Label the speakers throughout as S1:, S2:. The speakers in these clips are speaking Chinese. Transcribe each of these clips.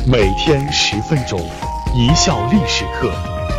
S1: 每天10分钟，一笑历史课。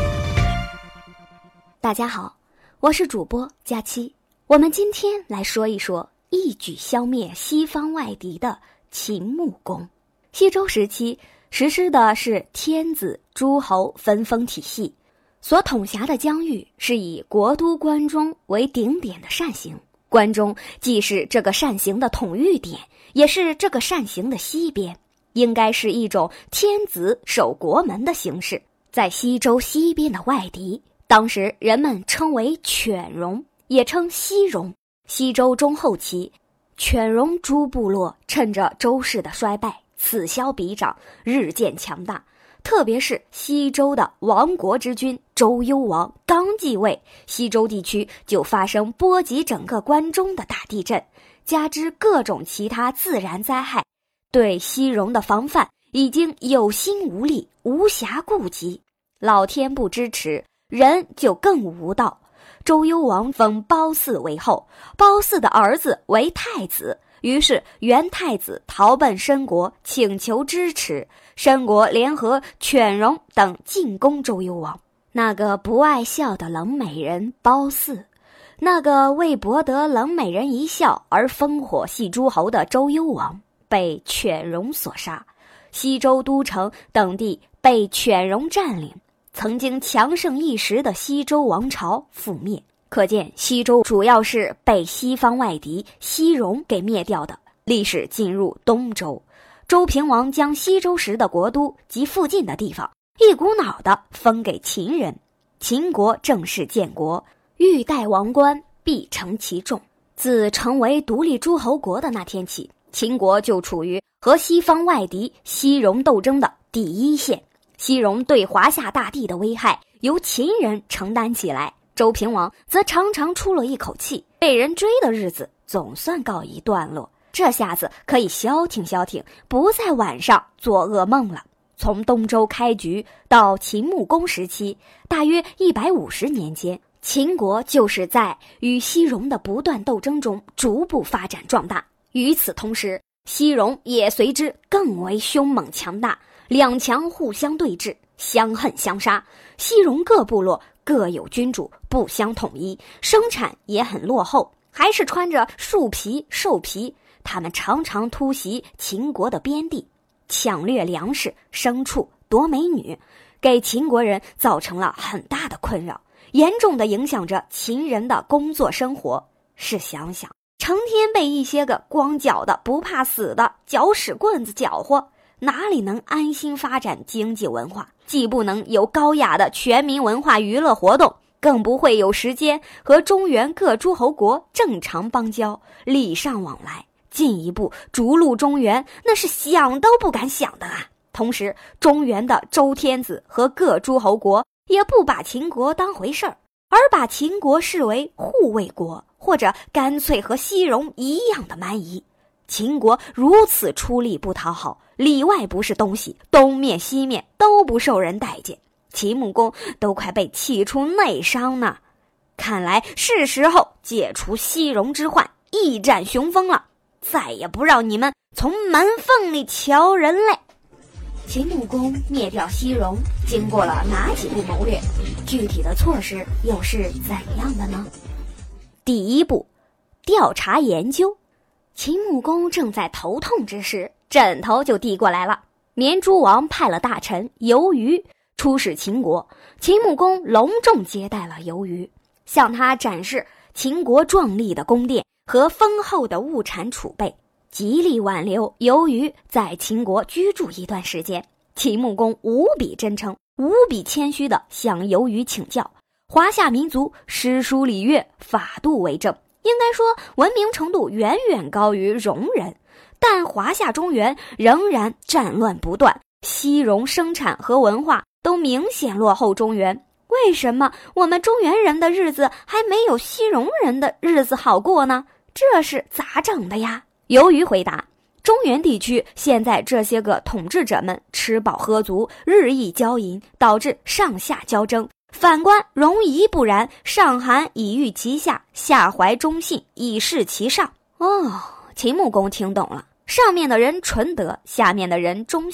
S2: 大家好，我是主播佳期。我们今天来说一说一举消灭西方外敌的秦穆公。西周时期实施的是天子诸侯分封体系，所统辖的疆域是以国都关中为顶点的扇形，关中既是这个扇形的统御点，也是这个扇形的西边，应该是一种天子守国门的形式。在西周西边的外敌，当时人们称为犬戎，也称西戎。西周中后期，犬戎诸部落趁着周氏的衰败，此消彼长，日渐强大。特别是西周的亡国之君周幽王刚继位，西周地区就发生波及整个关中的大地震，加之各种其他自然灾害，对西戎的防范已经有心无力，无暇顾及。老天不支持，人就更无道。周幽王封褒姒为后，褒姒的儿子为太子，于是元太子逃奔申国，请求支持。申国联合犬戎等进攻周幽王。那个不爱笑的冷美人褒姒，那个为博得冷美人一笑而烽火戏诸侯的周幽王，被犬戎所杀。西周都城等地被犬戎占领，曾经强盛一时的西周王朝覆灭。可见西周主要是被西方外敌西戎给灭掉的。历史进入东周，周平王将西周时的国都及附近的地方一股脑地分给秦人，秦国正式建国，欲戴王冠，必承其重。自成为独立诸侯国的那天起，秦国就处于和西方外敌西戎斗争的第一线。西戎对华夏大地的危害由秦人承担起来，周平王则常常出了一口气，被人追的日子总算告一段落，这下子可以消停消停，不在晚上做噩梦了。从东周开局到秦穆公时期，大约150年间，秦国就是在与西戎的不断斗争中逐步发展壮大。与此同时，西戎也随之更为凶猛强大，两强互相对峙，相恨相杀。西戎各部落各有君主，不相统一，生产也很落后，还是穿着树皮兽皮。他们常常突袭秦国的边地，抢掠粮食牲畜，夺美女，给秦国人造成了很大的困扰，严重地影响着秦人的工作生活。试想想，成天被一些个光脚的不怕死的搅屎棍子搅和，哪里能安心发展经济文化？既不能有高雅的全民文化娱乐活动，更不会有时间和中原各诸侯国正常邦交，礼尚往来。进一步逐鹿中原，那是想都不敢想的啊！同时，中原的周天子和各诸侯国也不把秦国当回事儿，而把秦国视为护卫国，或者干脆和西戎一样的蛮夷。秦国如此出力不讨好，里外不是东西，东面西面都不受人待见，秦穆公都快被气出内伤呢。看来是时候解除西戎之患，一展雄风了，再也不让你们从门缝里瞧人类。秦穆公灭掉西戎经过了哪几步谋略？具体的措施又是怎样的呢？第一步，调查研究。秦穆公正在头痛之时，枕头就递过来了。绵诸王派了大臣游于出使秦国，秦穆公隆重接待了游于，向他展示秦国壮丽的宫殿和丰厚的物产储备，极力挽留游于在秦国居住一段时间。秦穆公无比真诚，无比谦虚地向游于请教华夏民族诗书礼乐法度为政，应该说文明程度远远高于戎人，但华夏中原仍然战乱不断，西戎生产和文化都明显落后中原。为什么我们中原人的日子还没有西戎人的日子好过呢？这是咋整的呀？游于回答，中原地区现在这些个统治者们吃饱喝足，日益骄淫，导致上下交争。反观戎夷不然，上寒以御其下，下怀忠信以示其上。秦穆公听懂了，上面的人纯德，下面的人忠信，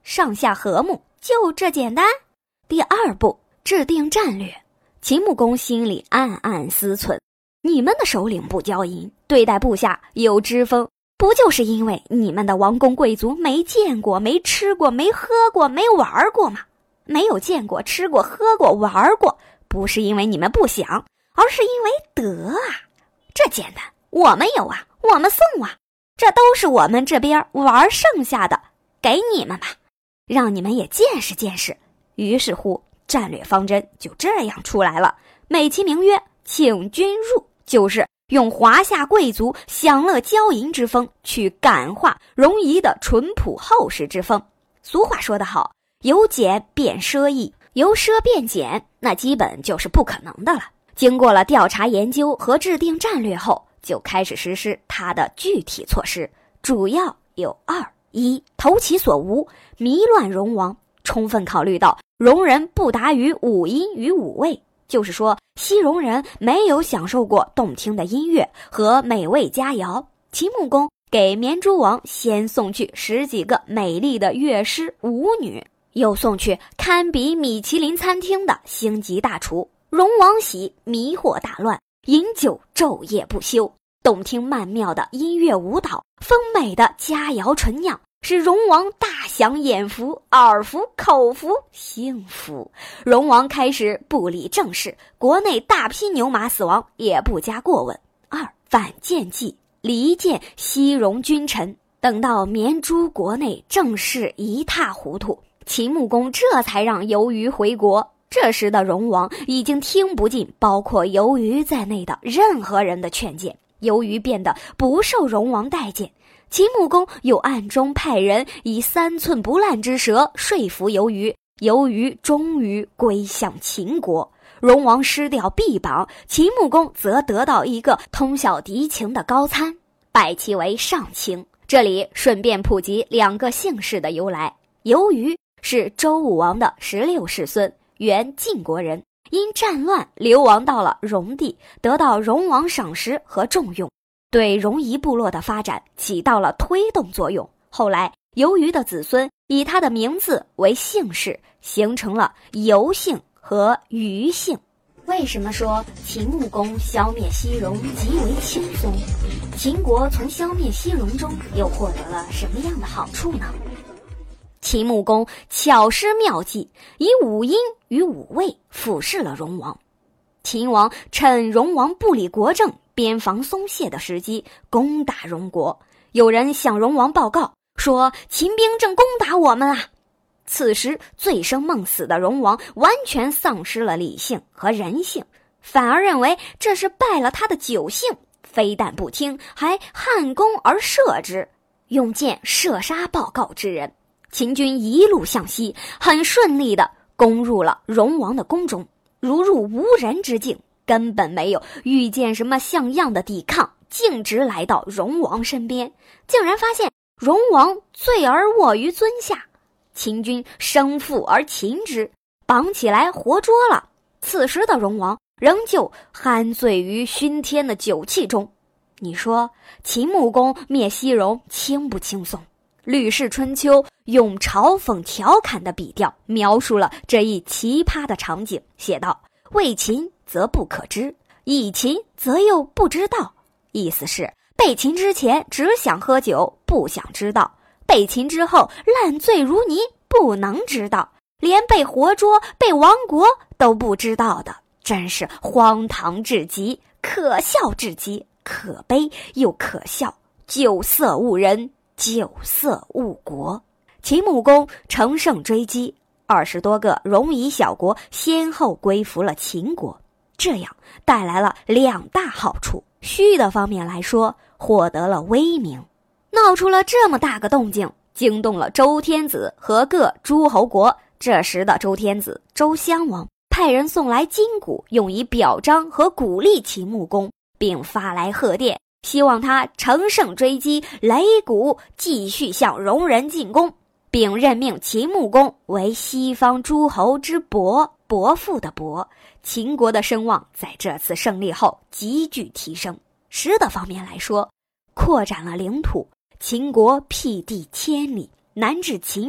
S2: 上下和睦，就这简单。第二步，制定战略。秦穆公心里暗暗思忖，你们的首领不骄淫，对待部下有之风，不就是因为你们的王公贵族没见过、没吃过、没喝过、没玩过吗？没有见过、吃过、喝过、玩过，不是因为你们不想，而是因为得啊。这简单，我们有啊，我们送啊，这都是我们这边玩剩下的，给你们吧，让你们也见识见识。于是乎，战略方针就这样出来了，美其名曰请君入，就是用华夏贵族享乐骄淫之风去感化戎夷的淳朴厚实之风。俗话说得好，由俭变奢易，由奢变俭，那基本就是不可能的了。经过了调查研究和制定战略后，就开始实施它的具体措施，主要有二：一，投其所无，迷乱戎王。充分考虑到戎人不达于五音与五味，就是说西戎人没有享受过动听的音乐和美味佳肴，秦穆公给绵诸王先送去10几个美丽的乐师舞女，又送去堪比米其林餐厅的星级大厨。戎王喜，迷惑大乱，饮酒昼夜不休，动听曼妙的音乐舞蹈，丰美的佳肴醇酿，使戎王大享眼福、耳福、口福、幸福。戎王开始不理政事，国内大批牛马死亡也不加过问。二，反间计，离间西戎君臣。等到绵诸国内政事一塌糊涂，秦穆公这才让由于回国。这时的戎王已经听不进包括由于在内的任何人的劝谏，由于变得不受戎王待见。秦穆公又暗中派人以3寸不烂之舌说服由于，由于终于归向秦国。戎王失掉臂膀，秦穆公则得到一个通晓敌情的高参，拜其为上卿。这里顺便普及2个姓氏的由来。由于是周武王的16世孙，原晋国人，因战乱流亡到了戎地，得到戎王赏识和重用，对戎夷部落的发展起到了推动作用。后来由于的子孙以他的名字为姓氏，形成了由姓和虞姓。为什么说秦穆公消灭西戎极为轻松？秦国从消灭西戎中又获得了什么样的好处呢？秦穆公巧施妙计，以五音与五味俯视了戎王。秦王趁戎王不理国政、边防松懈的时机攻打戎国。有人向戎王报告说，秦兵正攻打我们啊！此时醉生梦死的戎王完全丧失了理性和人性，反而认为这是败了他的酒性，非但不听，还撼弓而射之，用箭射杀报告之人。秦军一路向西，很顺利地攻入了戎王的宫中，如入无人之境，根本没有遇见什么像样的抵抗，径直来到戎王身边，竟然发现戎王醉而卧于尊下。秦军生负而擒之，绑起来活捉了。此时的戎王仍旧酣醉于熏天的酒气中。你说秦穆公灭西戎轻不轻松？《吕氏春秋》用嘲讽调侃的笔调描述了这一奇葩的场景，写道：为秦则不可知，以秦则又不知道。意思是被秦之前只想喝酒，不想知道；被秦之后烂醉如泥，不能知道，连被活捉、被亡国都不知道的，真是荒唐至极，可笑至极，可悲又可笑。酒色误人，酒色误国。秦穆公乘胜追击，20多个戎夷小国先后归服了秦国，这样带来了2大好处。虚的方面来说，获得了威名，闹出了这么大个动静，惊动了周天子和各诸侯国。这时的周天子周襄王派人送来金鼓，用以表彰和鼓励秦穆公，并发来贺电，希望他乘胜追击，擂鼓继续向戎人进攻，并任命秦穆公为西方诸侯之伯，伯父的伯。秦国的声望在这次胜利后急剧提升。实的方面来说，扩展了领土，秦国辟地1000里，南至秦岭，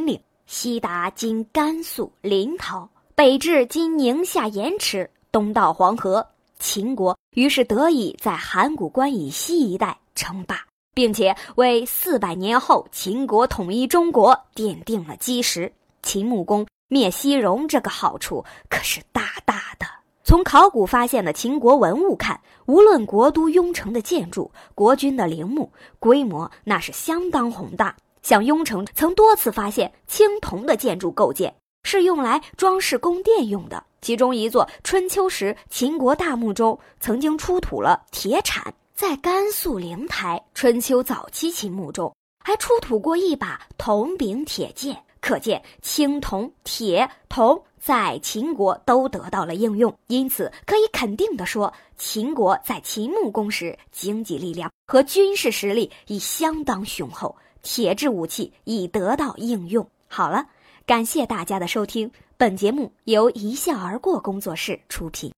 S2: 西达今甘肃临洮，北至今宁夏盐池，东到黄河，秦国于是得以在函谷关以西一带称霸，并且为400年后秦国统一中国奠定了基石。秦穆公灭西戎这个好处可是大大的。从考古发现的秦国文物看，无论国都雍城的建筑、国君的陵墓，规模那是相当宏大。像雍城曾多次发现青铜的建筑构件，是用来装饰宫殿用的。其中一座春秋时秦国大墓中曾经出土了铁铲。在甘肃灵台春秋早期秦墓中还出土过一把铜柄铁剑，可见青铜、铁、铜在秦国都得到了应用。因此可以肯定地说，秦国在秦穆公时经济力量和军事实力已相当雄厚，铁制武器已得到应用。好了，感谢大家的收听，本节目由一笑而过工作室出品。